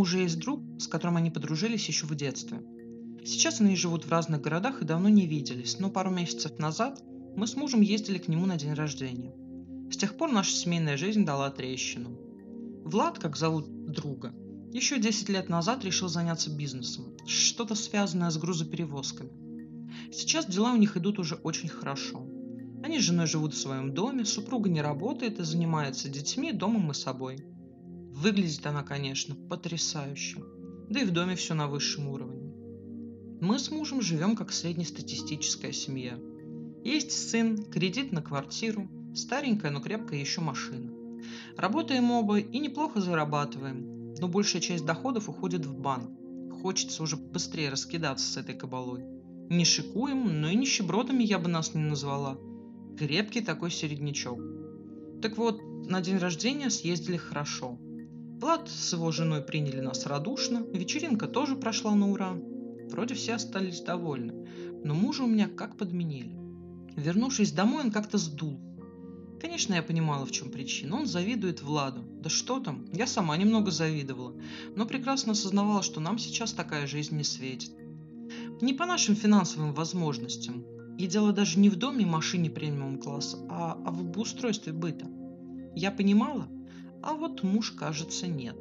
мужа есть друг, с которым они подружились еще в детстве. Сейчас они живут в разных городах и давно не виделись, но пару месяцев назад мы с мужем ездили к нему на день рождения. С тех пор наша семейная жизнь дала трещину. Влад, как зовут друга, еще 10 лет назад решил заняться бизнесом, что-то связанное с грузоперевозками. Сейчас дела у них идут уже очень хорошо. Они с женой живут в своем доме, супруга не работает и занимается детьми, домом и собой. Выглядит она, конечно, потрясающе. Да и в доме все на высшем уровне. Мы с мужем живем как среднестатистическая семья. Есть сын, кредит на квартиру, старенькая, но крепкая еще машина. Работаем оба и неплохо зарабатываем, но большая часть доходов уходит в банк. Хочется уже быстрее раскидаться с этой кабалой. Не шикуем, но и нищебродами я бы нас не назвала. Крепкий такой середнячок. Так вот, на день рождения съездили хорошо. Влад с его женой приняли нас радушно, вечеринка тоже прошла на ура. Вроде все остались довольны, но мужа у меня как подменили. Вернувшись домой, он как-то сдул. Конечно, я понимала, в чем причина. Он завидует Владу. Да что там, я сама немного завидовала, но прекрасно осознавала, что нам сейчас такая жизнь не светит. Не по нашим финансовым возможностям. И дело даже не в доме и машине премиум-класса, а в обустройстве быта. Я понимала, а вот муж, кажется, нет.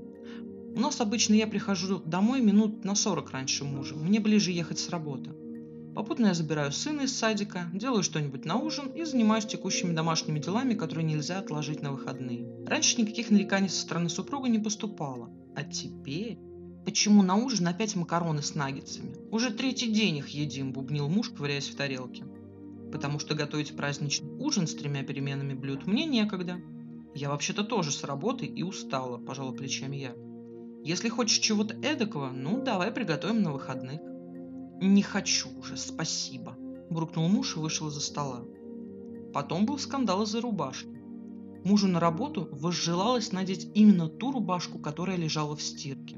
У нас обычно я прихожу домой минут на 40 раньше мужа. Мне ближе ехать с работы. Попутно я забираю сына из садика, делаю что-нибудь на ужин и занимаюсь текущими домашними делами, которые нельзя отложить на выходные. Раньше никаких нареканий со стороны супруга не поступало. А теперь... Почему на ужин опять макароны с наггетсами? Уже третий день их едим, бубнил муж, ковыряясь в тарелке. Потому что готовить праздничный ужин с 3 переменами блюд мне некогда. Я вообще-то тоже с работы и устала, пожала плечами я. Если хочешь чего-то эдакого, ну давай приготовим на выходных. Не хочу уже, спасибо, буркнул муж и вышел из-за стола. Потом был скандал из-за рубашки. Мужу на работу возжелалось надеть именно ту рубашку, которая лежала в стирке.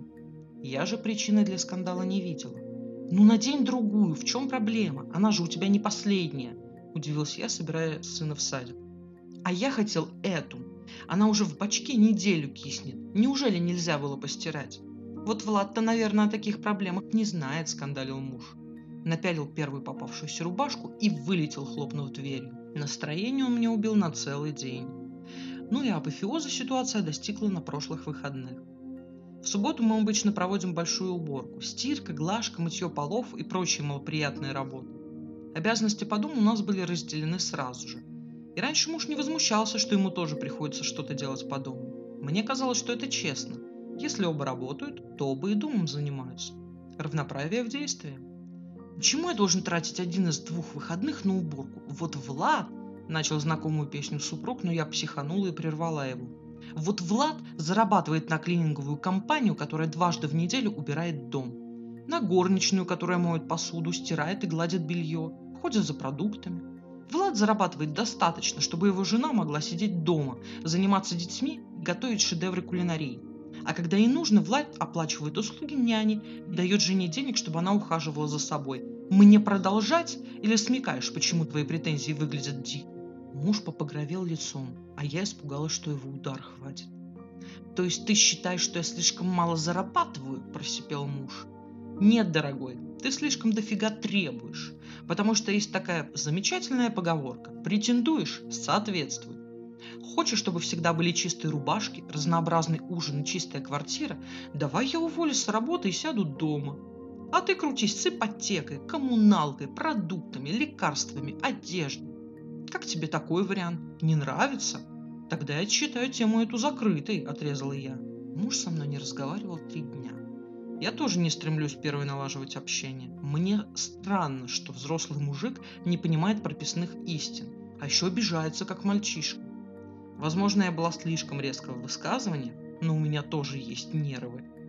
Я же причины для скандала не видела. «Ну надень другую, в чем проблема? Она же у тебя не последняя», – удивилась я, собирая сына в садик. «А я хотел эту. Она уже в бачке неделю киснет. Неужели нельзя было постирать?» «Вот Влад-то, наверное, о таких проблемах не знает», – скандалил муж. Напялил первую попавшуюся рубашку и вылетел, хлопнув дверью. Настроение он мне убил на целый день. Ну и апофеоза ситуация достигла на прошлых выходных. В субботу мы обычно проводим большую уборку. Стирка, глажка, мытье полов и прочие малоприятные работы. Обязанности по дому у нас были разделены сразу же. И раньше муж не возмущался, что ему тоже приходится что-то делать по дому. Мне казалось, что это честно. Если оба работают, то оба и домом занимаются. Равноправие в действии. Почему я должен тратить один из 2 выходных на уборку? Вот Влад, начал знакомую песню супруг, но я психанула и прервала его. Вот Влад зарабатывает на клининговую компанию, которая дважды в неделю убирает дом. На горничную, которая моет посуду, стирает и гладит белье, ходит за продуктами. Влад зарабатывает достаточно, чтобы его жена могла сидеть дома, заниматься детьми и готовить шедевры кулинарии. А когда ей нужно, Влад оплачивает услуги няни и дает жене денег, чтобы она ухаживала за собой. Мне продолжать или смекаешь, почему твои претензии выглядят дико? Муж попогровел лицом, а я испугалась, что его удар хватит. «То есть ты считаешь, что я слишком мало зарабатываю?» – просипел муж. «Нет, дорогой, ты слишком дофига требуешь, потому что есть такая замечательная поговорка: претендуешь – соответствуй. Хочешь, чтобы всегда были чистые рубашки, разнообразный ужин и чистая квартира? Давай я уволюсь с работы и сяду дома. А ты крутись с ипотекой, коммуналкой, продуктами, лекарствами, одеждой. Как тебе такой вариант? Не нравится? Тогда я считаю тему эту закрытой», – отрезала я. Муж со мной не разговаривал 3 дня. Я тоже не стремлюсь первой налаживать общение. Мне странно, что взрослый мужик не понимает прописных истин, а еще обижается, как мальчишка. Возможно, я была слишком резкого высказывания, но у меня тоже есть нервы.